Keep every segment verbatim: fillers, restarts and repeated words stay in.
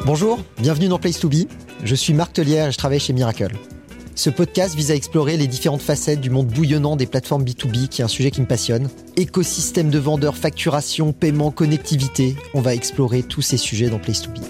Bonjour, bienvenue dans Place to Be. Je suis Marc Tellière et je travaille chez Miracle. Ce podcast vise à explorer les différentes facettes du monde bouillonnant des plateformes B deux B, qui est un sujet qui me passionne. Écosystème de vendeurs, facturation, paiement, connectivité. On va explorer tous ces sujets dans Place to Be.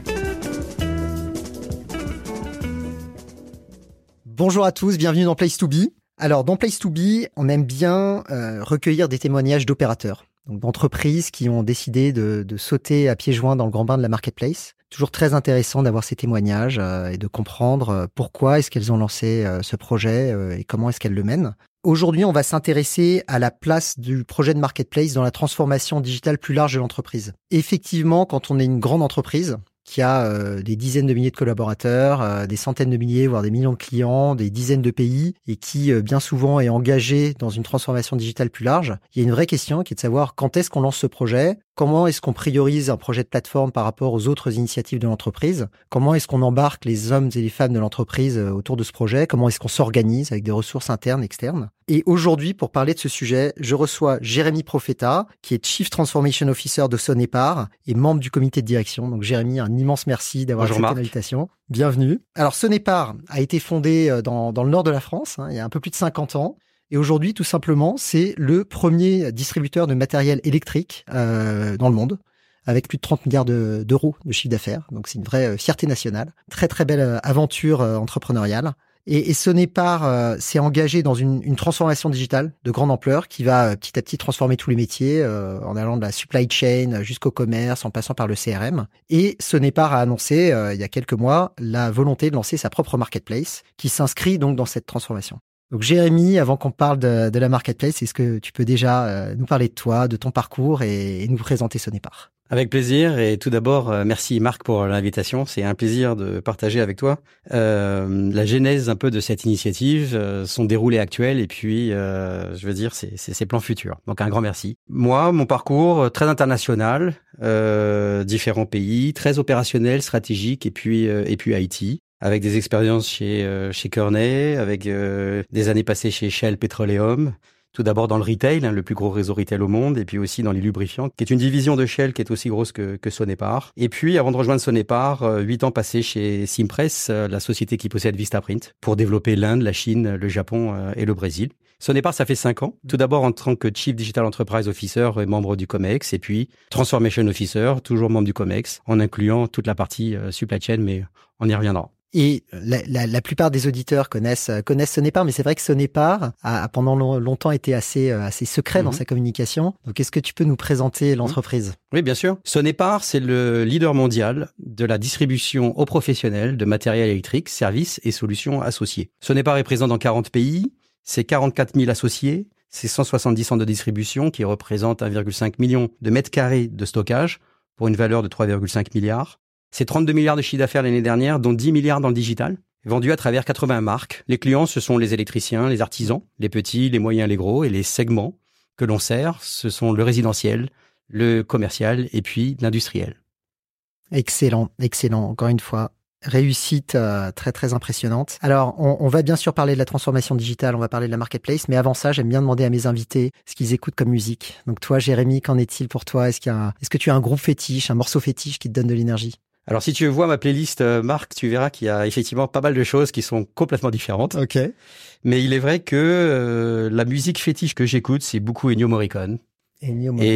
Bonjour à tous, bienvenue dans Place to Be. Alors, dans Place to Be, on aime bien euh, recueillir des témoignages d'opérateurs, donc d'entreprises qui ont décidé de, de sauter à pieds joints dans le grand bain de la marketplace. Toujours très intéressant d'avoir ces témoignages euh, et de comprendre euh, pourquoi est-ce qu'elles ont lancé euh, ce projet euh, et comment est-ce qu'elles le mènent. Aujourd'hui, on va s'intéresser à la place du projet de marketplace dans la transformation digitale plus large de l'entreprise. Effectivement, quand on est une grande entreprise qui a euh, des dizaines de milliers de collaborateurs, euh, des centaines de milliers, voire des millions de clients, des dizaines de pays, et qui euh, bien souvent est engagé dans une transformation digitale plus large, il y a une vraie question qui est de savoir quand est-ce qu'on lance ce projet, comment est-ce qu'on priorise un projet de plateforme par rapport aux autres initiatives de l'entreprise, comment est-ce qu'on embarque les hommes et les femmes de l'entreprise euh, autour de ce projet, comment est-ce qu'on s'organise avec des ressources internes, externes. Et aujourd'hui, pour parler de ce sujet, je reçois Jérémy Profeta, qui est Chief Transformation Officer de Sonepar et membre du comité de direction. Donc Jérémy, un immense merci d'avoir accepté l'invitation. Bienvenue. Alors Sonepar a été fondé dans, dans le nord de la France, hein, il y a un peu plus de cinquante ans. Et aujourd'hui, tout simplement, c'est le premier distributeur de matériel électrique euh, dans le monde, avec plus de trente milliards de, d'euros de chiffre d'affaires. Donc c'est une vraie fierté nationale. Très très belle aventure euh, entrepreneuriale. Et, et Sonepar euh, s'est engagé dans une, une transformation digitale de grande ampleur qui va euh, petit à petit transformer tous les métiers euh, en allant de la supply chain jusqu'au commerce, en passant par le C R M. Et Sonepar a annoncé euh, il y a quelques mois la volonté de lancer sa propre marketplace qui s'inscrit donc dans cette transformation. Donc Jérémy, avant qu'on parle de, de la marketplace, est-ce que tu peux déjà euh, nous parler de toi, de ton parcours et, et nous présenter Sonepar ? Avec plaisir, et tout d'abord, euh, merci Marc pour l'invitation. C'est un plaisir de partager avec toi euh, la genèse un peu de cette initiative, euh, son déroulé actuel et puis, euh, je veux dire, ses, ses, ses plans futurs. Donc un grand merci. Moi, mon parcours très international, euh, différents pays, très opérationnel, stratégique et puis euh, et puis I T. Avec des expériences chez euh, chez Kearney, avec euh, des années passées chez Shell Petroleum. Tout d'abord dans le retail, hein, le plus gros réseau retail au monde, et puis aussi dans les lubrifiants, qui est une division de Shell qui est aussi grosse que, que Sonepar. Et puis, avant de rejoindre Sonepar, euh, huit ans passés chez Cimpress, euh, la société qui possède Vistaprint, pour développer l'Inde, la Chine, le Japon euh, et le Brésil. Sonepar, ça fait cinq ans. Tout d'abord en tant que Chief Digital Enterprise Officer et membre du COMEX, et puis Transformation Officer, toujours membre du COMEX, en incluant toute la partie euh, supply chain, mais on y reviendra. Et la, la, la plupart des auditeurs connaissent connaissent Sonepar, mais c'est vrai que Sonepar a, a pendant long, longtemps été assez assez secret mmh. dans sa communication. Donc, est-ce que tu peux nous présenter l'entreprise ? mmh. Oui, bien sûr. Sonepar, c'est le leader mondial de la distribution aux professionnels de matériel électrique, services et solutions associées. Sonepar est présent dans quarante pays, c'est quarante-quatre mille associés, c'est cent soixante-dix centres de distribution qui représentent un virgule cinq million de mètres carrés de stockage pour une valeur de trois virgule cinq milliards. C'est trente-deux milliards de chiffre d'affaires l'année dernière, dont dix milliards dans le digital, vendus à travers quatre-vingts marques. Les clients, ce sont les électriciens, les artisans, les petits, les moyens, les gros, et les segments que l'on sert, ce sont le résidentiel, le commercial et puis l'industriel. Excellent, excellent. Encore une fois, réussite euh, très très impressionnante. Alors, on, on va bien sûr parler de la transformation digitale, on va parler de la marketplace, mais avant ça, j'aime bien demander à mes invités ce qu'ils écoutent comme musique. Donc toi, Jérémy, qu'en est-il pour toi ? Est-ce qu'il y a un, est-ce que tu as un groupe fétiche, un morceau fétiche qui te donne de l'énergie ? Alors, si tu vois ma playlist, euh, Marc, tu verras qu'il y a effectivement pas mal de choses qui sont complètement différentes. Ok. Mais il est vrai que euh, la musique fétiche que j'écoute, c'est beaucoup Ennio Morricone. Ennio Morricone.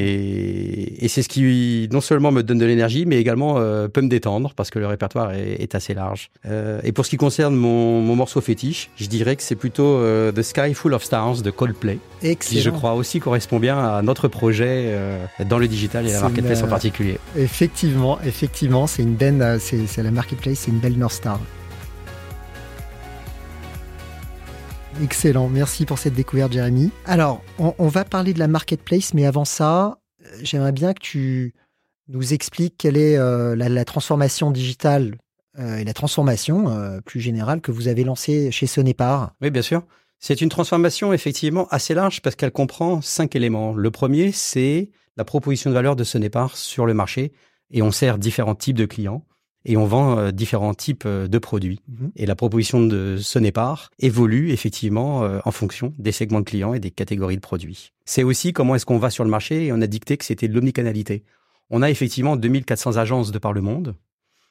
Et, et c'est ce qui non seulement me donne de l'énergie, mais également euh, peut me détendre parce que le répertoire est, est assez large. Euh, et pour ce qui concerne mon, mon morceau fétiche, je dirais que c'est plutôt euh, The Sky Full of Stars de Coldplay. Excellent. Qui, je crois, aussi correspond bien à notre projet euh, dans le digital et la marketplace une, euh, en particulier. Effectivement, effectivement, c'est une belle, c'est, c'est la marketplace, c'est une belle North Star. Excellent, merci pour cette découverte, Jérémy. Alors, on, on va parler de la marketplace, mais avant ça, j'aimerais bien que tu nous expliques quelle est euh, la, la transformation digitale euh, et la transformation euh, plus générale que vous avez lancée chez Sonepar. Oui, bien sûr. C'est une transformation effectivement assez large parce qu'elle comprend cinq éléments. Le premier, c'est la proposition de valeur de Sonepar sur le marché et on sert différents types de clients. Et on vend euh, différents types euh, de produits. Mmh. Et la proposition de Sonepar évolue effectivement euh, en fonction des segments de clients et des catégories de produits. C'est aussi comment est-ce qu'on va sur le marché et on a dicté que c'était de l'omnicanalité. On a effectivement deux mille quatre cents agences de par le monde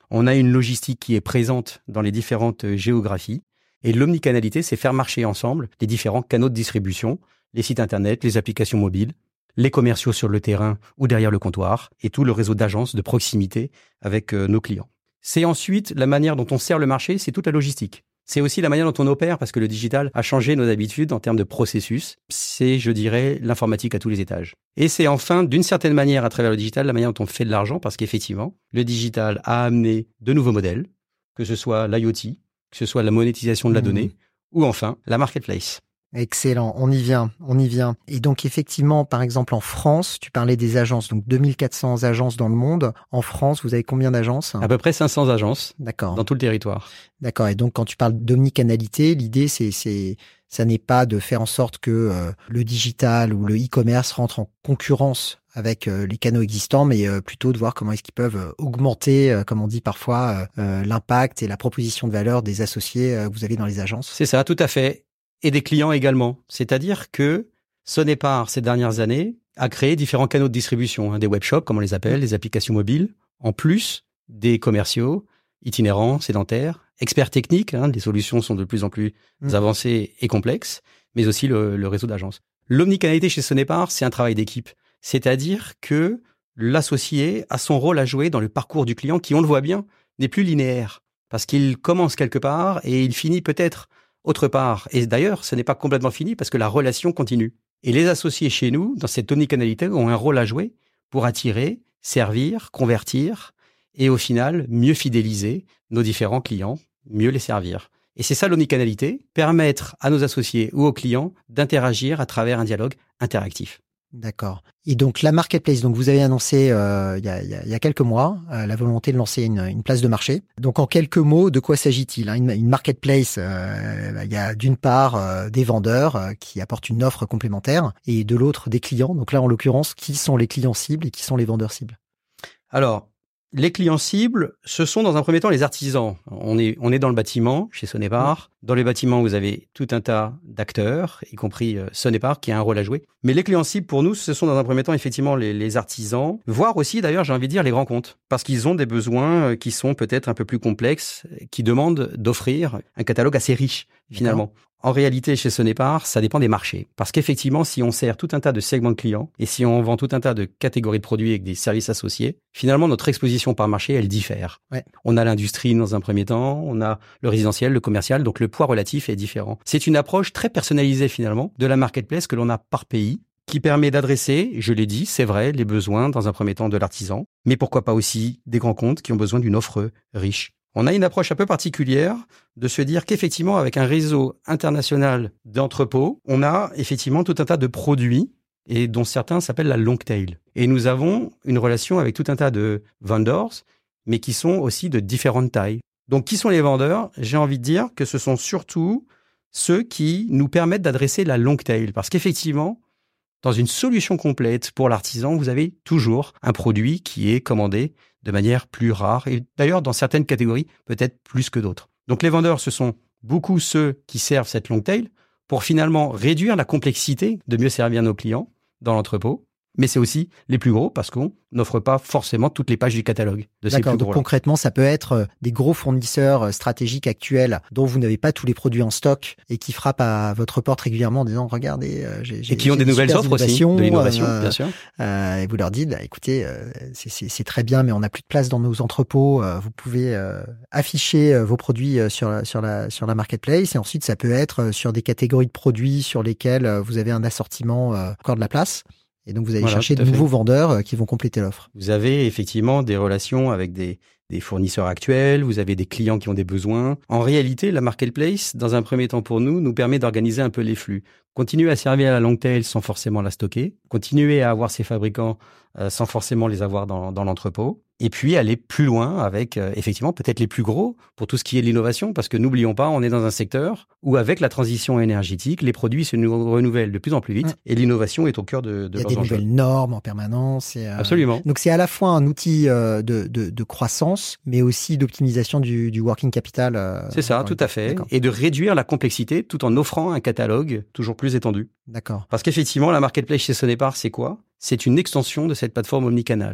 On a une logistique qui est présente dans les différentes géographies. Et l'omnicanalité, c'est faire marcher ensemble les différents canaux de distribution, les sites internet, les applications mobiles, les commerciaux sur le terrain ou derrière le comptoir, et tout le réseau d'agences de proximité avec euh, nos clients. C'est ensuite la manière dont on sert le marché, c'est toute la logistique. C'est aussi la manière dont on opère, parce que le digital a changé nos habitudes en termes de processus. C'est, je dirais, l'informatique à tous les étages. Et c'est enfin, d'une certaine manière, à travers le digital, la manière dont on fait de l'argent, parce qu'effectivement, le digital a amené de nouveaux modèles, que ce soit l'IoT, que ce soit la monétisation de la mmh. donnée, ou enfin, la marketplace. Excellent, on y vient, on y vient. Et donc effectivement, par exemple en France, tu parlais des agences, donc deux mille quatre cents agences dans le monde. En France, vous avez combien d'agences ? À peu près cinq cents agences. D'accord. Dans tout le territoire. D'accord. Et donc quand tu parles d'omnicanalité, l'idée c'est c'est ça n'est pas de faire en sorte que euh, le digital ou le e-commerce rentre en concurrence avec euh, les canaux existants, mais euh, plutôt de voir comment est-ce qu'ils peuvent euh, augmenter, euh, comme on dit parfois, euh, l'impact et la proposition de valeur des associés euh, que vous avez dans les agences. C'est ça, tout à fait. Et des clients également. C'est-à-dire que Sonepar, ces dernières années, a créé différents canaux de distribution, hein, des webshops, comme on les appelle, des applications mobiles, en plus des commerciaux, itinérants, sédentaires, experts techniques, hein, les solutions sont de plus en plus mmh. avancées et complexes, mais aussi le, le réseau d'agences. L'omnicanalité chez Sonepar, c'est un travail d'équipe. C'est-à-dire que l'associé a son rôle à jouer dans le parcours du client qui, on le voit bien, n'est plus linéaire. Parce qu'il commence quelque part et il finit peut-être autre part. Et d'ailleurs, ce n'est pas complètement fini parce que la relation continue. Et les associés chez nous, dans cette omnicanalité, ont un rôle à jouer pour attirer, servir, convertir et au final, mieux fidéliser nos différents clients, mieux les servir. Et c'est ça l'omnicanalité, permettre à nos associés ou aux clients d'interagir à travers un dialogue interactif. D'accord. Et donc la marketplace, donc vous avez annoncé euh, il, y a, il, y a, il y a quelques mois euh, la volonté de lancer une, une place de marché. Donc en quelques mots, de quoi s'agit-il hein une, une marketplace, euh, il y a d'une part euh, des vendeurs euh, qui apportent une offre complémentaire et de l'autre des clients. Donc là en l'occurrence, qui sont les clients cibles et qui sont les vendeurs cibles ? Alors, les clients cibles, ce sont dans un premier temps les artisans. On est, on est dans le bâtiment, chez Sonepar. Dans les bâtiments, vous avez tout un tas d'acteurs, y compris euh, Sonepar, qui a un rôle à jouer. Mais les clients cibles, pour nous, ce sont dans un premier temps effectivement les, les artisans, voire aussi, d'ailleurs, j'ai envie de dire, les grands comptes. Parce qu'ils ont des besoins qui sont peut-être un peu plus complexes, qui demandent d'offrir un catalogue assez riche, finalement. D'accord. En réalité, chez Sonepar, ça dépend des marchés. Parce qu'effectivement, si on sert tout un tas de segments de clients et si on vend tout un tas de catégories de produits avec des services associés, finalement, notre exposition par marché, elle diffère. Ouais. On a l'industrie dans un premier temps, on a le résidentiel, le commercial, donc le poids relatif est différent. C'est une approche très personnalisée, finalement, de la marketplace que l'on a par pays, qui permet d'adresser, je l'ai dit, c'est vrai, les besoins dans un premier temps de l'artisan, mais pourquoi pas aussi des grands comptes qui ont besoin d'une offre riche. On a une approche un peu particulière de se dire qu'effectivement, avec un réseau international d'entrepôts, on a effectivement tout un tas de produits et dont certains s'appellent la long tail. Et nous avons une relation avec tout un tas de vendors, mais qui sont aussi de différentes tailles. Donc, qui sont les vendeurs ? J'ai envie de dire que ce sont surtout ceux qui nous permettent d'adresser la long tail. Parce qu'effectivement, dans une solution complète pour l'artisan, vous avez toujours un produit qui est commandé de manière plus rare et d'ailleurs dans certaines catégories peut-être plus que d'autres. Donc les vendeurs, ce sont beaucoup ceux qui servent cette long tail pour finalement réduire la complexité de mieux servir nos clients dans l'entrepôt. Mais c'est aussi les plus gros parce qu'on n'offre pas forcément toutes les pages du catalogue de ces plus gros. D'accord, donc concrètement, ça peut être des gros fournisseurs stratégiques actuels dont vous n'avez pas tous les produits en stock et qui frappent à votre porte régulièrement en disant « Regardez, j'ai, j'ai, et qui ont j'ai des nouvelles offres aussi, de l'innovation, euh, bien sûr. Euh, et vous leur dites bah, « Écoutez, euh, c'est, c'est, c'est très bien, mais on n'a plus de place dans nos entrepôts. Euh, vous pouvez euh, afficher euh, vos produits euh, sur, sur, la, sur la marketplace. » Et ensuite, ça peut être sur des catégories de produits sur lesquels euh, vous avez un assortiment euh, encore de la place. Et donc, vous allez voilà, chercher de nouveaux vendeurs qui vont compléter l'offre. Vous avez effectivement des relations avec des, des fournisseurs actuels, vous avez des clients qui ont des besoins. En réalité, la marketplace, dans un premier temps pour nous, nous permet d'organiser un peu les flux. Continuer à servir la long tail sans forcément la stocker. Continuer à avoir ses fabricants euh, sans forcément les avoir dans, dans l'entrepôt. Et puis aller plus loin avec, euh, effectivement, peut-être les plus gros pour tout ce qui est de l'innovation. Parce que n'oublions pas, on est dans un secteur où, avec la transition énergétique, les produits se nou- renouvellent de plus en plus vite. Mmh. Et l'innovation est au cœur de, de leurs enjeux. Il y a des nouvelles normes en permanence. Et, euh, Absolument. Donc, c'est à la fois un outil euh, de, de, de croissance, mais aussi d'optimisation du, du working capital. Euh, c'est ça, tout à fait. D'accord. Et de réduire la complexité tout en offrant un catalogue toujours plus étendu. D'accord. Parce qu'effectivement, la marketplace chez Sonepar, c'est quoi ? C'est une extension de cette plateforme omnicanal.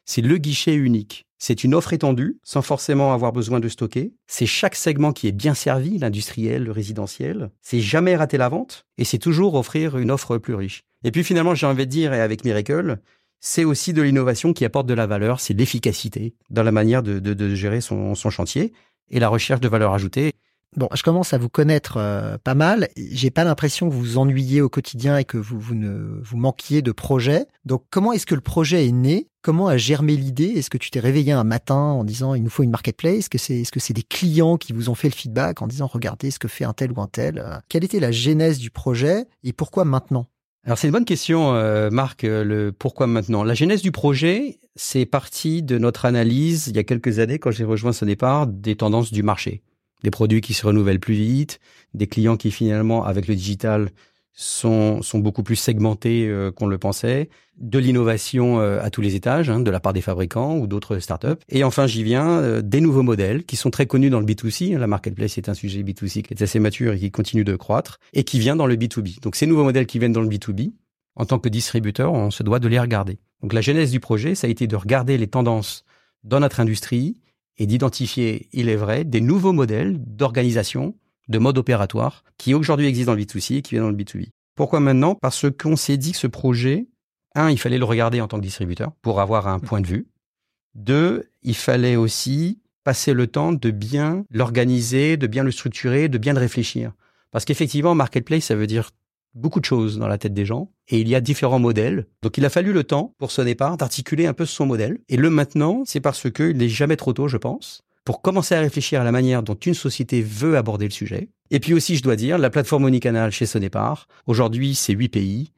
c'est le guichet unique. C'est une offre étendue, sans forcément avoir besoin de stocker. C'est chaque segment qui est bien servi, l'industriel, le résidentiel. C'est jamais rater la vente et c'est toujours offrir une offre plus riche. Et puis finalement, j'ai envie de dire, et avec Miracle, c'est aussi de l'innovation qui apporte de la valeur, c'est l'efficacité dans la manière de, de, de gérer son, son chantier et la recherche de valeur ajoutée. Bon, je commence à vous connaître euh, pas mal. J'ai pas l'impression que vous vous ennuyez au quotidien et que vous, vous ne vous manquiez de projets. Donc, comment est-ce que le projet est né? Comment a germé l'idée? Est-ce que tu t'es réveillé un matin en disant il nous faut une marketplace? Est-ce que c'est, est-ce que c'est des clients qui vous ont fait le feedback en disant regardez ce que fait un tel ou un tel? Quelle était la genèse du projet et pourquoi maintenant? Alors, c'est une bonne question, euh, Marc, le pourquoi maintenant. La genèse du projet, c'est parti de notre analyse il y a quelques années quand j'ai rejoint Sonepar des tendances du marché. Des produits qui se renouvellent plus vite, des clients qui finalement, avec le digital, sont, sont beaucoup plus segmentés euh, qu'on le pensait, de l'innovation euh, à tous les étages, hein, de la part des fabricants ou d'autres startups. Et enfin, j'y viens, euh, des nouveaux modèles qui sont très connus dans le B deux C. La marketplace est un sujet B deux C qui est assez mature et qui continue de croître et qui vient dans le B deux B. Donc, ces nouveaux modèles qui viennent dans le B deux B, en tant que distributeur, on se doit de les regarder. Donc, la genèse du projet, ça a été de regarder les tendances dans notre industrie et d'identifier, il est vrai, des nouveaux modèles d'organisation, de mode opératoire, qui aujourd'hui existent dans le B deux C et qui viennent dans le B deux B. Pourquoi maintenant? Parce qu'on s'est dit que ce projet, un, il fallait le regarder en tant que distributeur pour avoir un point de vue. Deux, il fallait aussi passer le temps de bien l'organiser, de bien le structurer, de bien le réfléchir. Parce qu'effectivement, marketplace, ça veut dire beaucoup de choses dans la tête des gens et il y a différents modèles. Donc, il a fallu le temps pour Sonepar d'articuler un peu son modèle. Et le maintenant, c'est parce qu'il n'est jamais trop tôt, je pense, pour commencer à réfléchir à la manière dont une société veut aborder le sujet. Et puis aussi, je dois dire, la plateforme omnicanal chez Sonepar, aujourd'hui, c'est huit pays.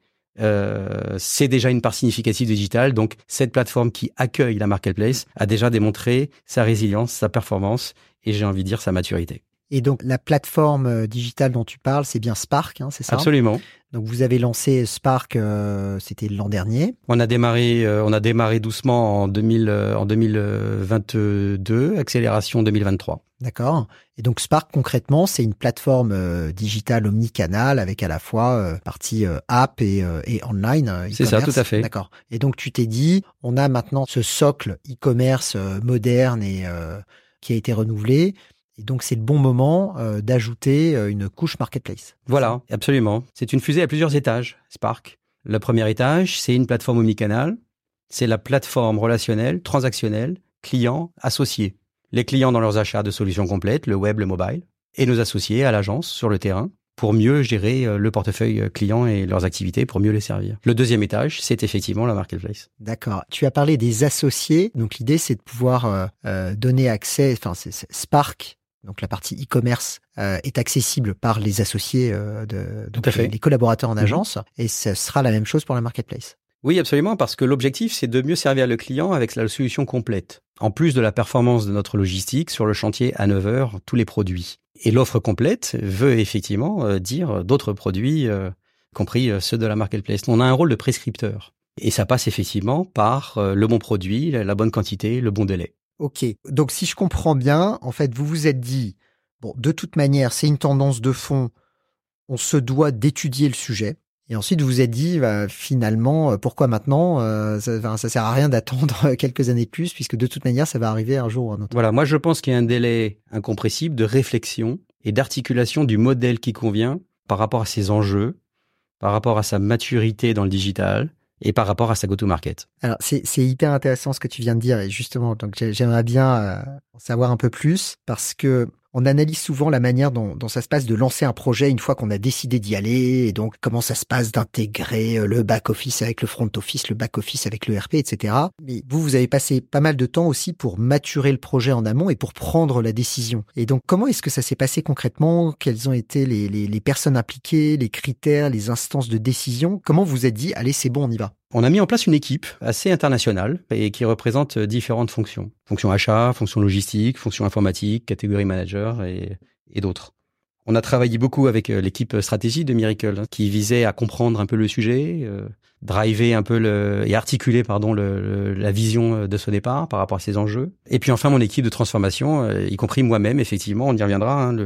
Euh, c'est déjà une part significative du digital. Donc, cette plateforme qui accueille la marketplace a déjà démontré sa résilience, sa performance et j'ai envie de dire sa maturité. Et donc, la plateforme digitale dont tu parles, c'est bien Spark, hein, c'est ça? Absolument. Donc, vous avez lancé Spark, euh, c'était l'an dernier. On a démarré, euh, on a démarré doucement en, deux mille, euh, en deux mille vingt-deux, accélération deux mille vingt-trois. D'accord. Et donc, Spark, concrètement, c'est une plateforme euh, digitale omnicanal avec à la fois euh, partie euh, app et, euh, et online. Euh, c'est ça, tout à fait. D'accord. Et donc, tu t'es dit, on a maintenant ce socle e-commerce euh, moderne et euh, qui a été renouvelé. Et donc, c'est le bon moment euh, d'ajouter euh, une couche marketplace. Voilà, absolument. C'est une fusée à plusieurs étages, Spark. Le premier étage, c'est une plateforme omnicanal. C'est la plateforme relationnelle, transactionnelle, client, associé. Les clients dans leurs achats de solutions complètes, le web, le mobile, et nos associés à l'agence, sur le terrain, pour mieux gérer le portefeuille client et leurs activités, pour mieux les servir. Le deuxième étage, c'est effectivement la marketplace. D'accord. Tu as parlé des associés. Donc, l'idée, c'est de pouvoir euh, euh, donner accès, enfin, c'est, c'est Spark. Donc, la partie e-commerce euh, est accessible par les associés, euh, de, donc les, les collaborateurs en agence. Mmh. Et ce sera la même chose pour la marketplace. Oui, absolument, parce que l'objectif, c'est de mieux servir le client avec la solution complète. En plus de la performance de notre logistique sur le chantier à neuf heures, tous les produits. Et l'offre complète veut effectivement euh, dire d'autres produits, euh, compris euh, ceux de la marketplace. On a un rôle de prescripteur. Et ça passe effectivement par euh, le bon produit, la bonne quantité, le bon délai. Ok, donc si je comprends bien, en fait, vous vous êtes dit, bon, de toute manière, c'est une tendance de fond, on se doit d'étudier le sujet. Et ensuite, vous vous êtes dit, bah, finalement, pourquoi maintenant euh, ça, enfin, ça sert à rien d'attendre quelques années de plus, puisque de toute manière, ça va arriver un jour ou un autre. Voilà, moi je pense qu'il y a un délai incompressible de réflexion et d'articulation du modèle qui convient par rapport à ses enjeux, par rapport à sa maturité dans le digital, et par rapport à sa go-to-market. Alors, c'est, c'est hyper intéressant ce que tu viens de dire, et justement, donc j'aimerais bien euh, en savoir un peu plus, parce que on analyse souvent la manière dont, dont ça se passe de lancer un projet une fois qu'on a décidé d'y aller, et donc comment ça se passe d'intégrer le back-office avec le front-office, le back-office avec le R P, et cetera. Mais vous, vous avez passé pas mal de temps aussi pour maturer le projet en amont et pour prendre la décision. Et donc, comment est-ce que ça s'est passé concrètement? Quelles ont été les, les, les personnes impliquées, les critères, les instances de décision? Comment vous vous êtes dit, allez, c'est bon, on y va? On a mis en place une équipe assez internationale et qui représente différentes fonctions. Fonction achat, fonction logistique, fonction informatique, catégorie manager et, et d'autres. On a travaillé beaucoup avec l'équipe stratégie de Miracle hein, qui visait à comprendre un peu le sujet, euh, driver un peu le, et articuler pardon, le, le, la vision de ce départ par rapport à ses enjeux. Et puis enfin, mon équipe de transformation, euh, y compris moi-même, effectivement, on y reviendra, hein, le,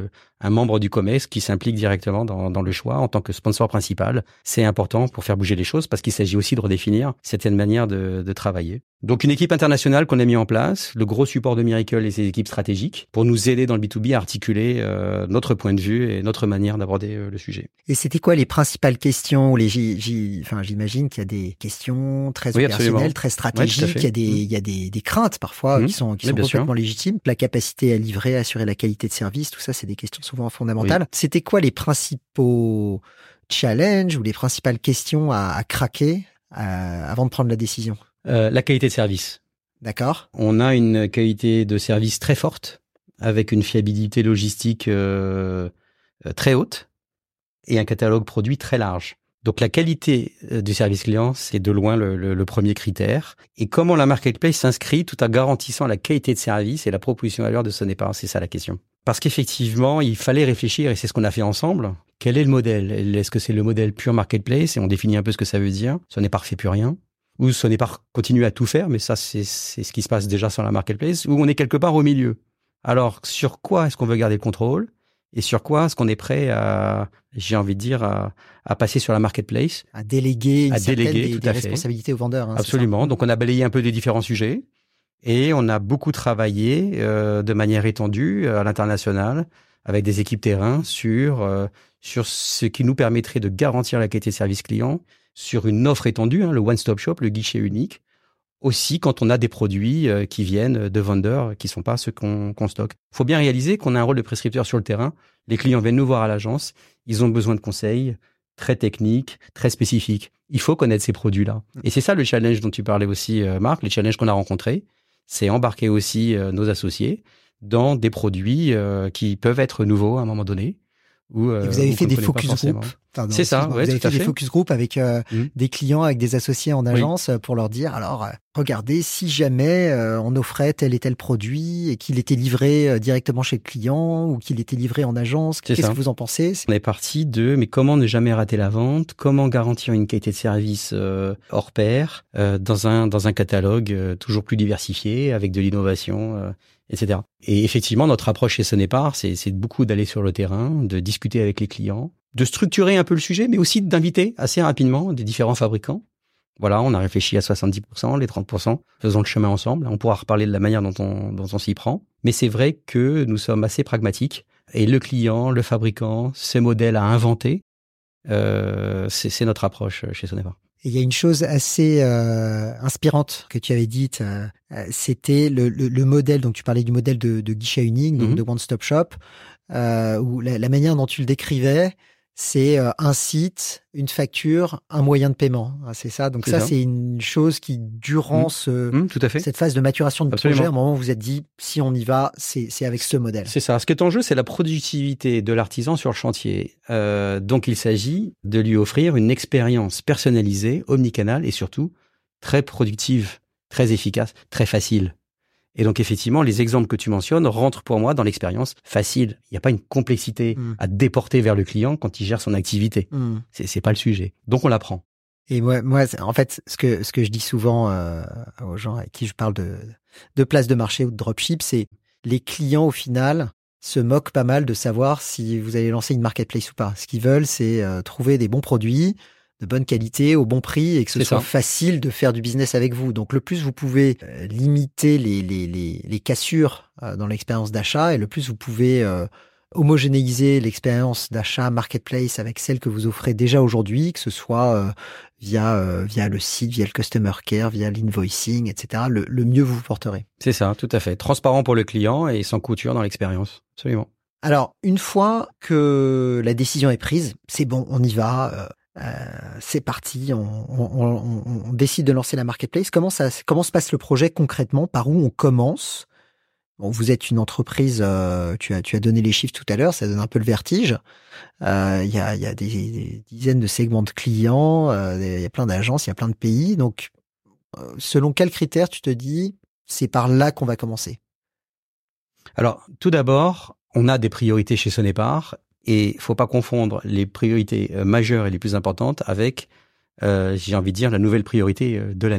un membre du COMEX qui s'implique directement dans, dans le choix en tant que sponsor principal. C'est important pour faire bouger les choses parce qu'il s'agit aussi de redéfinir certaines manières de, de travailler. Donc une équipe internationale qu'on a mis en place, le gros support de Miracle et ses équipes stratégiques pour nous aider dans le B deux B à articuler euh, notre point de vue et notre manière d'aborder euh, le sujet. Et c'était quoi les principales questions les j, j, enfin, j'imagine qu'il y a des questions très oui, opérationnelles, absolument. très stratégiques, Ouais, il y a des, mmh. il y a des, des craintes parfois mmh. qui sont, qui oui, sont complètement sûr. légitimes. La capacité à livrer, à assurer la qualité de service, tout ça, c'est des questions souvent fondamentales. Oui. C'était quoi les principaux challenges ou les principales questions à, à craquer euh, avant de prendre la décision? euh, La qualité de service. D'accord. On a une qualité de service très forte, avec une fiabilité logistique euh, très haute et un catalogue produit très large. Donc la qualité du service client, c'est de loin le, le, le premier critère. Et comment la marketplace s'inscrit tout en garantissant la qualité de service et la proposition de valeur de Sonepar, c'est ça la question. Parce qu'effectivement, il fallait réfléchir, et c'est ce qu'on a fait ensemble. Quel est le modèle? Est-ce que c'est le modèle pure marketplace? Et on définit un peu ce que ça veut dire. Sonepar fait plus rien. Ou Sonepar continue à tout faire, mais ça, c'est, c'est ce qui se passe déjà sur la marketplace, où on est quelque part au milieu. Alors, sur quoi est-ce qu'on veut garder le contrôle? Et sur quoi est-ce qu'on est prêt à, j'ai envie de dire, à, à passer sur la marketplace? À déléguer une à certaine déléguer, des, tout des à fait. responsabilités aux vendeurs. Hein, absolument. Donc, on a balayé un peu des différents sujets et on a beaucoup travaillé euh, de manière étendue à l'international avec des équipes terrain sur, euh, sur ce qui nous permettrait de garantir la qualité de service client, sur une offre étendue, hein, le one-stop shop, le guichet unique. Aussi quand on a des produits euh, qui viennent de vendeurs qui sont pas ceux qu'on, qu'on stocke. Il faut bien réaliser qu'on a un rôle de prescripteur sur le terrain. Les clients viennent nous voir à l'agence. Ils ont besoin de conseils très techniques, très spécifiques. Il faut connaître ces produits-là. Et c'est ça le challenge dont tu parlais aussi, euh, Marc. Les challenges qu'on a rencontrés, c'est embarquer aussi euh, nos associés dans des produits euh, qui peuvent être nouveaux à un moment donné. Où, euh, Et vous avez où fait des connaît focus group. Pardon, c'est ça, ouais, vous avez tout fait à des fait. focus group avec euh, mmh. des clients, avec des associés en agence oui. pour leur dire, alors, euh, regardez, si jamais euh, on offrait tel et tel produit et qu'il était livré euh, directement chez le client ou qu'il était livré en agence, c'est qu'est-ce ça. que vous en pensez? On est parti de, mais comment ne jamais rater la vente? Comment garantir une qualité de service euh, hors pair euh, dans un dans un catalogue euh, toujours plus diversifié avec de l'innovation, euh, et cetera. Et effectivement, notre approche chez Sonepar, c'est, c'est beaucoup d'aller sur le terrain, de discuter avec les clients, de structurer un peu le sujet, mais aussi d'inviter assez rapidement des différents fabricants. Voilà, on a réfléchi à soixante-dix pour cent, les trente pour cent, faisons le chemin ensemble. On pourra reparler de la manière dont on, dont on s'y prend. Mais c'est vrai que nous sommes assez pragmatiques. Et le client, le fabricant, ce modèle à inventer, euh, c'est, c'est notre approche chez Sonepar. Il y a une chose assez euh, inspirante que tu avais dite, euh, c'était le, le, le modèle, donc tu parlais du modèle de, de guichet unique, donc mm-hmm. de one-stop shop, euh, où la, la manière dont tu le décrivais, c'est euh, un site, une facture, un moyen de paiement. Ah, c'est ça. Donc c'est ça, ça, c'est une chose qui, durant mmh. ce, mmh, tout à fait. cette phase de maturation de Absolument. projet, à un moment où vous vous êtes dit, si on y va, c'est, c'est avec ce modèle. C'est ça. Ce qui est en jeu, c'est la productivité de l'artisan sur le chantier. Euh, donc il s'agit de lui offrir une expérience personnalisée, omnicanale et surtout très productive, très efficace, très facile. Et donc, effectivement, les exemples que tu mentionnes rentrent pour moi dans l'expérience facile. Il n'y a pas une complexité mmh. à déporter vers le client quand il gère son activité. Mmh. C'est, c'est pas le sujet. Donc, on l'apprend. Et moi, moi, en fait, ce que, ce que je dis souvent euh, aux gens avec qui je parle de, de place de marché ou de dropship, c'est les clients, au final, se moquent pas mal de savoir si vous allez lancer une marketplace ou pas. Ce qu'ils veulent, c'est euh, trouver des bons produits, de bonne qualité, au bon prix, et que ce c'est soit ça. facile de faire du business avec vous. Donc, le plus vous pouvez euh, limiter les, les, les, les cassures euh, dans l'expérience d'achat, et le plus vous pouvez euh, homogénéiser l'expérience d'achat marketplace avec celle que vous offrez déjà aujourd'hui, que ce soit euh, via, euh, via le site, via le customer care, via l'invoicing, et cetera, le, le mieux vous vous porterez. C'est ça, tout à fait. Transparent pour le client et sans couture dans l'expérience. Absolument. Alors, une fois que la décision est prise, c'est bon, on y va, euh, Euh, c'est parti, on, on, on, on décide de lancer la marketplace. Comment ça, comment se passe le projet concrètement? Par où on commence? Bon, vous êtes une entreprise, euh, tu as, tu as donné les chiffres tout à l'heure, ça donne un peu le vertige. Euh, il y a, il y a des, des dizaines de segments de clients, euh, il y a plein d'agences, il y a plein de pays. Donc, euh, selon quels critères tu te dis, c'est par là qu'on va commencer? Alors, tout d'abord, on a des priorités chez Sonepar. Et il faut pas confondre les priorités majeures et les plus importantes avec, euh, j'ai envie de dire, la nouvelle priorité de l'année.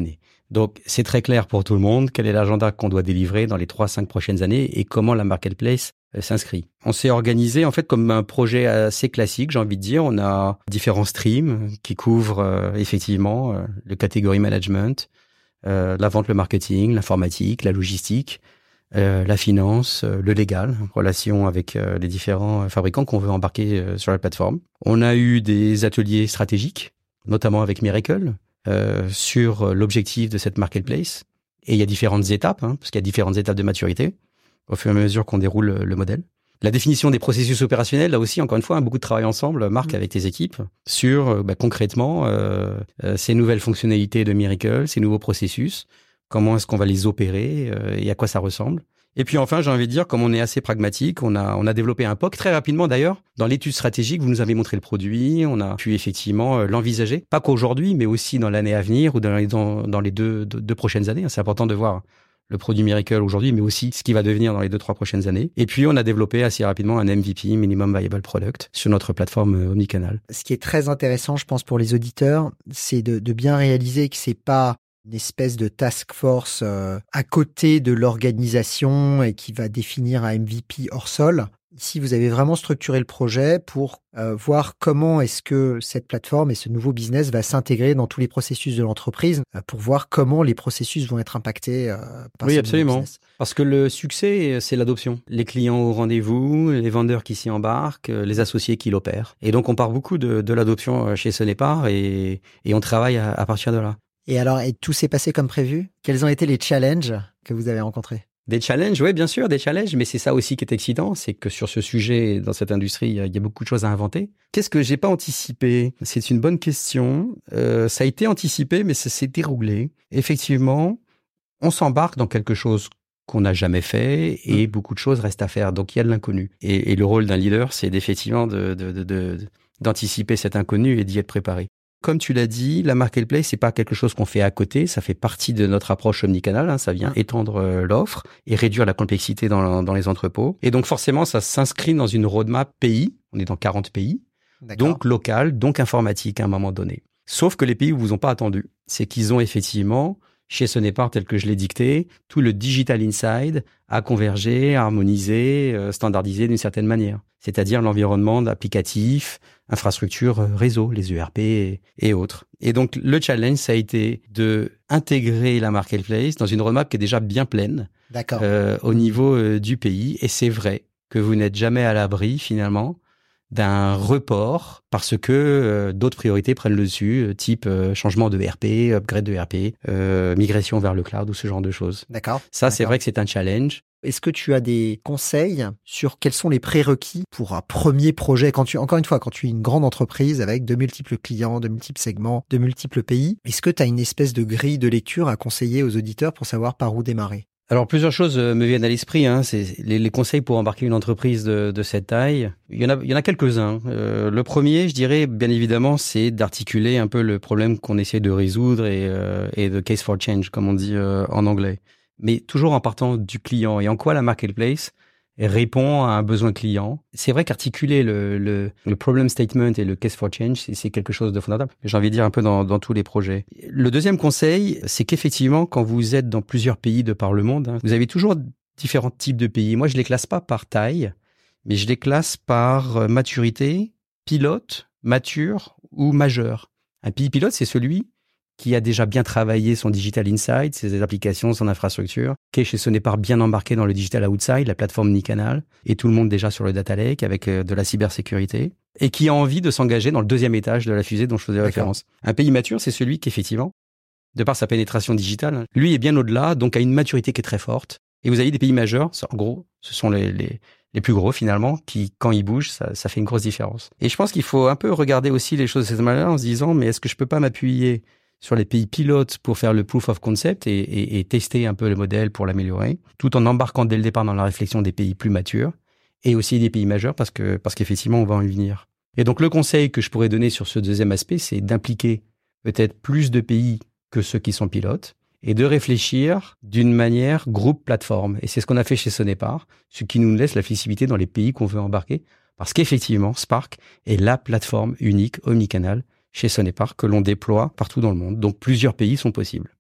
Donc, c'est très clair pour tout le monde quel est l'agenda qu'on doit délivrer dans les trois à cinq prochaines années et comment la marketplace euh, s'inscrit. On s'est organisé en fait comme un projet assez classique, j'ai envie de dire. On a différents streams qui couvrent euh, effectivement euh, le category management, euh, la vente, le marketing, l'informatique, la logistique, euh, la finance, euh, le légal, en relation avec euh, les différents fabricants qu'on veut embarquer euh, sur la plateforme. On a eu des ateliers stratégiques, notamment avec Miracle, Euh, sur l'objectif de cette marketplace. Et il y a différentes étapes, hein, parce qu'il y a différentes étapes de maturité au fur et à mesure qu'on déroule le, le modèle. La définition des processus opérationnels, là aussi, encore une fois, hein, beaucoup de travail ensemble, Marc, mmh. avec tes équipes, sur euh, bah, concrètement euh, euh, ces nouvelles fonctionnalités de Miracle, ces nouveaux processus, comment est-ce qu'on va les opérer euh, et à quoi ça ressemble. Et puis enfin, j'ai envie de dire, comme on est assez pragmatique, on a on a développé un P O C très rapidement d'ailleurs. Dans l'étude stratégique, vous nous avez montré le produit, on a pu effectivement euh, l'envisager, pas qu'aujourd'hui, mais aussi dans l'année à venir ou dans les, dans, dans les deux, deux, deux prochaines années. C'est important de voir le produit Miracle aujourd'hui, mais aussi ce qui va devenir dans les deux, trois prochaines années. Et puis, on a développé assez rapidement un M V P, Minimum Viable Product, sur notre plateforme omnicanal. Ce qui est très intéressant, je pense, pour les auditeurs, c'est de, de bien réaliser que c'est pas une espèce de task force euh, à côté de l'organisation et qui va définir un M V P hors sol. Ici, vous avez vraiment structuré le projet pour euh, voir comment est-ce que cette plateforme et ce nouveau business va s'intégrer dans tous les processus de l'entreprise, euh, pour voir comment les processus vont être impactés euh, par oui, ce absolument. business. Parce que le succès, c'est l'adoption. Les clients au rendez-vous, les vendeurs qui s'y embarquent, les associés qui l'opèrent. Et donc, on part beaucoup de, de l'adoption chez Sonepar et, et on travaille à, à partir de là. Et alors, et tout s'est passé comme prévu? Quels ont été les challenges que vous avez rencontrés? Des challenges, oui, bien sûr, des challenges, mais c'est ça aussi qui est excitant, c'est que sur ce sujet, dans cette industrie, il y a beaucoup de choses à inventer. Qu'est-ce que j'ai pas anticipé? C'est une bonne question. Euh, ça a été anticipé, mais ça s'est déroulé. Effectivement, on s'embarque dans quelque chose qu'on n'a jamais fait et mmh. beaucoup de choses restent à faire. Donc, il y a de l'inconnu. Et, et le rôle d'un leader, c'est effectivement de, de, de, de, d'anticiper cet inconnu et d'y être préparé. Comme tu l'as dit, la marketplace, c'est pas quelque chose qu'on fait à côté, ça fait partie de notre approche omnicanal, hein, ça vient étendre euh, l'offre et réduire la complexité dans, dans les entrepôts. Et donc forcément, ça s'inscrit dans une roadmap pays, on est dans quarante pays, D'accord. donc local, donc informatique à un moment donné. Sauf que les pays où vous ont pas attendu, c'est qu'ils ont effectivement, chez Sonepar, tel que je l'ai dicté, tout le digital inside à converger, à harmoniser, euh, standardiser d'une certaine manière. C'est-à-dire l'environnement applicatif, infrastructure, réseau, les E R P et, et autres. Et donc, le challenge, ça a été de intégrer la marketplace dans une roadmap qui est déjà bien pleine D'accord. Euh, au niveau euh, du pays. Et c'est vrai que vous n'êtes jamais à l'abri, finalement, d'un report parce que euh, d'autres priorités prennent le dessus, euh, type euh, changement de E R P, upgrade de E R P, euh, migration vers le cloud ou ce genre de choses. D'accord. Ça, D'accord. c'est vrai que c'est un challenge. Est-ce que tu as des conseils sur quels sont les prérequis pour un premier projet? Quand tu, encore une fois, quand tu es une grande entreprise avec de multiples clients, de multiples segments, de multiples pays, est-ce que tu as une espèce de grille de lecture à conseiller aux auditeurs pour savoir par où démarrer? Alors, plusieurs choses me viennent à l'esprit. Hein. C'est les, les conseils pour embarquer une entreprise de, de cette taille. Il y en a, il y en a quelques-uns. Euh, le premier, je dirais, bien évidemment, c'est d'articuler un peu le problème qu'on essaie de résoudre et, euh, et de case for change, comme on dit euh, en anglais. Mais toujours en partant du client. Et en quoi la marketplace répond à un besoin client. C'est vrai qu'articuler le, le, le problem statement et le case for change, c'est, c'est quelque chose de fondamental. J'ai envie de dire un peu dans, dans tous les projets. Le deuxième conseil, c'est qu'effectivement, quand vous êtes dans plusieurs pays de par le monde, hein, vous avez toujours différents types de pays. Moi, je les classe pas par taille, mais je les classe par maturité, pilote, mature ou majeur. Un pays pilote, c'est celui qui a déjà bien travaillé son digital inside, ses applications, son infrastructure, qui est chez Sonepar bien embarqué dans le digital outside, la plateforme omnicanal, et tout le monde déjà sur le data lake avec de la cybersécurité, et qui a envie de s'engager dans le deuxième étage de la fusée dont je faisais référence. Un pays mature, c'est celui qui, effectivement, de par sa pénétration digitale, lui est bien au-delà, donc a une maturité qui est très forte. Et vous avez des pays majeurs, en gros, ce sont les, les, les plus gros finalement, qui, quand ils bougent, ça, ça fait une grosse différence. Et je pense qu'il faut un peu regarder aussi les choses de cette manière en se disant, mais est-ce que je peux pas m'appuyer sur les pays pilotes pour faire le proof of concept et, et, et tester un peu le modèle pour l'améliorer, tout en embarquant dès le départ dans la réflexion des pays plus matures et aussi des pays majeurs parce que parce qu'effectivement, on va en y venir. Et donc, le conseil que je pourrais donner sur ce deuxième aspect, c'est d'impliquer peut-être plus de pays que ceux qui sont pilotes et de réfléchir d'une manière groupe plateforme. Et c'est ce qu'on a fait chez Sonepar, ce qui nous laisse la flexibilité dans les pays qu'on veut embarquer parce qu'effectivement, Spark est la plateforme unique omnicanal chez Sonepar que l'on déploie partout dans le monde. Donc, plusieurs pays sont possibles.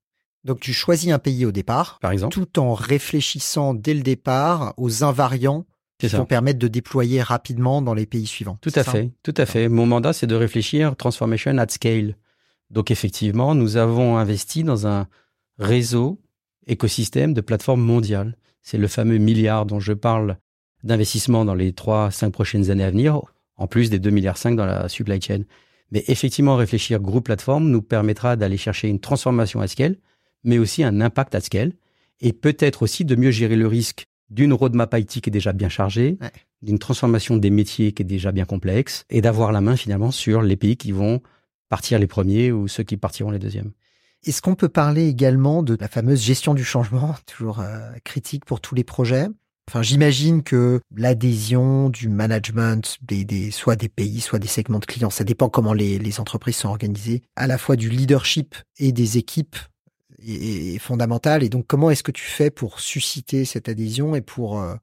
Donc tu choisis un pays au départ, par exemple, tout en réfléchissant dès le départ aux invariants qui vont permettre de déployer rapidement dans les pays suivants. Tout à ça fait, tout à fait. Mon mandat, c'est de réfléchir transformation at scale. Donc effectivement, nous avons investi dans un réseau, écosystème de plateformes mondiales. C'est le fameux milliard dont je parle d'investissement dans les trois, cinq prochaines années à venir, en plus des deux virgule cinq milliards dans la supply chain. Mais effectivement, réfléchir groupe plateforme nous permettra d'aller chercher une transformation à scale, mais aussi un impact à scale, et peut-être aussi de mieux gérer le risque d'une roadmap I T qui est déjà bien chargée, ouais. d'une transformation des métiers qui est déjà bien complexe, et d'avoir la main finalement sur les pays qui vont partir les premiers ou ceux qui partiront les deuxièmes. Est-ce qu'on peut parler également de la fameuse gestion du changement, toujours euh, critique pour tous les projets ? Enfin, j'imagine que l'adhésion du management, des, des, soit des pays, soit des segments de clients, ça dépend comment les, les entreprises sont organisées, à la fois du leadership et des équipes est, est fondamentale. Et donc, comment est-ce que tu fais pour susciter cette adhésion et pour euh,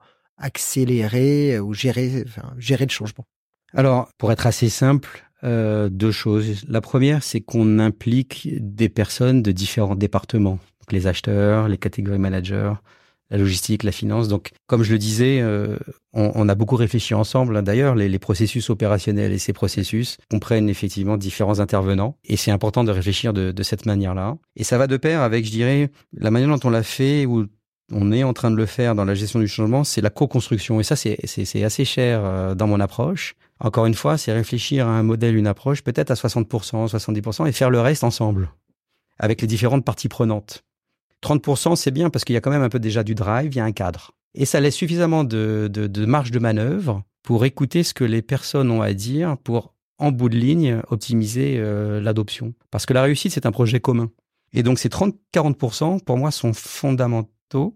accélérer ou gérer, enfin, gérer le changement ? Alors, pour être assez simple, euh, deux choses. La première, c'est qu'on implique des personnes de différents départements, donc les acheteurs, les catégories managers, la logistique, la finance. Donc, comme je le disais, euh, on, on a beaucoup réfléchi ensemble. D'ailleurs, les, les processus opérationnels et ces processus comprennent effectivement différents intervenants. Et c'est important de réfléchir de, de cette manière-là. Et ça va de pair avec, je dirais, la manière dont on l'a fait ou on est en train de le faire dans la gestion du changement, c'est la co-construction. Et ça, c'est, c'est, c'est assez cher euh, dans mon approche. Encore une fois, c'est réfléchir à un modèle, une approche, peut-être à soixante pour cent, soixante-dix pour cent, et faire le reste ensemble, avec les différentes parties prenantes. trente pour cent, c'est bien parce qu'il y a quand même un peu déjà du drive, il y a un cadre. Et ça laisse suffisamment de, de, de marge de manœuvre pour écouter ce que les personnes ont à dire pour, en bout de ligne, optimiser euh, l'adoption. Parce que la réussite, c'est un projet commun. Et donc, ces trente à quarante pour cent, pour moi, sont fondamentaux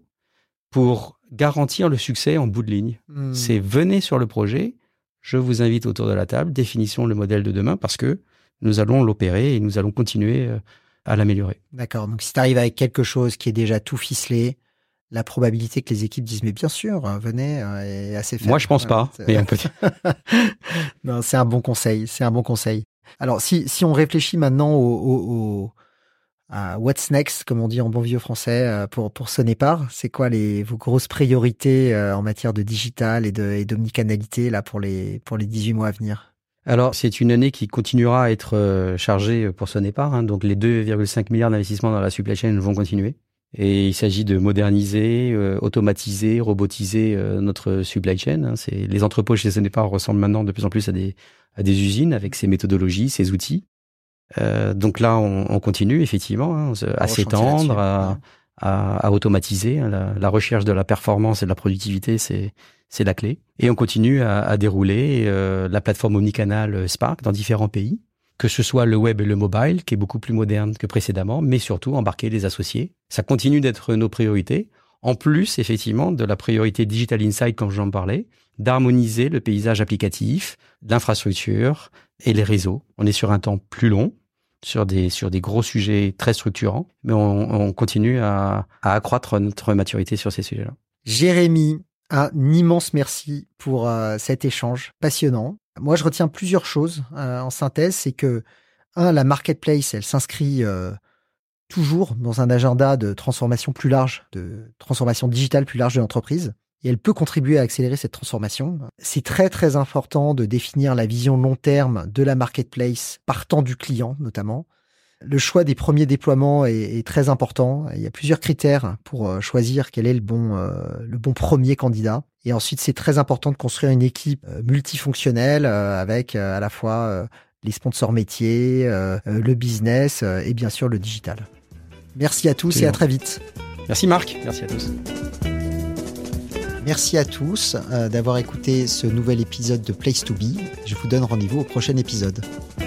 pour garantir le succès en bout de ligne. Mmh. C'est venez sur le projet, je vous invite autour de la table, définissons le modèle de demain parce que nous allons l'opérer et nous allons continuer euh, à l'améliorer. D'accord. Donc, si tu arrives avec quelque chose qui est déjà tout ficelé, la probabilité que les équipes disent « mais bien sûr, venez euh, » est assez faible. Moi, je pense pas. C'est... Mais on peut... non, c'est un bon conseil. C'est un bon conseil. Alors, si, si on réfléchit maintenant au, au, au, à what's next, comme on dit en bon vieux français, pour, pour Sonepar, c'est quoi les, vos grosses priorités en matière de digital et, de, et d'omnicanalité là, pour, les, pour les dix-huit mois à venir ? Alors, c'est une année qui continuera à être chargée pour Sonepar. Hein. Donc, les deux virgule cinq milliards d'investissements dans la supply chain vont continuer. Et il s'agit de moderniser, euh, automatiser, robotiser euh, notre supply chain. Hein. C'est, les entrepôts chez Sonepar ressemblent maintenant de plus en plus à des, à des usines avec ces méthodologies, ces outils. Euh, donc là, on, on continue effectivement hein, à on s'étendre, à, ouais. à, à automatiser. Hein. La, la recherche de la performance et de la productivité, c'est, c'est la clé. Et on continue à, à dérouler euh, la plateforme omnicanal Spark dans différents pays, que ce soit le web et le mobile, qui est beaucoup plus moderne que précédemment, mais surtout embarquer les associés. Ça continue d'être nos priorités. En plus, effectivement, de la priorité Digital Insight, comme j'en parlais, d'harmoniser le paysage applicatif, l'infrastructure et les réseaux. On est sur un temps plus long, sur des, sur des gros sujets très structurants, mais on, on continue à, à accroître notre maturité sur ces sujets-là. Jérémy, un immense merci pour euh, cet échange passionnant. Moi, je retiens plusieurs choses euh, en synthèse. C'est que, un, la marketplace, elle s'inscrit euh, toujours dans un agenda de transformation plus large, de transformation digitale plus large de l'entreprise. Et elle peut contribuer à accélérer cette transformation. C'est très, très important de définir la vision long terme de la marketplace, partant du client notamment. Le choix des premiers déploiements est, est très important. Il y a plusieurs critères pour choisir quel est le bon, euh, le bon premier candidat. Et ensuite, c'est très important de construire une équipe euh, multifonctionnelle euh, avec euh, à la fois euh, les sponsors métiers, euh, euh, le business euh, et bien sûr le digital. Merci à tous Absolument. Et à très vite. Merci Marc, merci à tous. Merci à tous euh, d'avoir écouté ce nouvel épisode de Place to Be. Je vous donne rendez-vous au prochain épisode.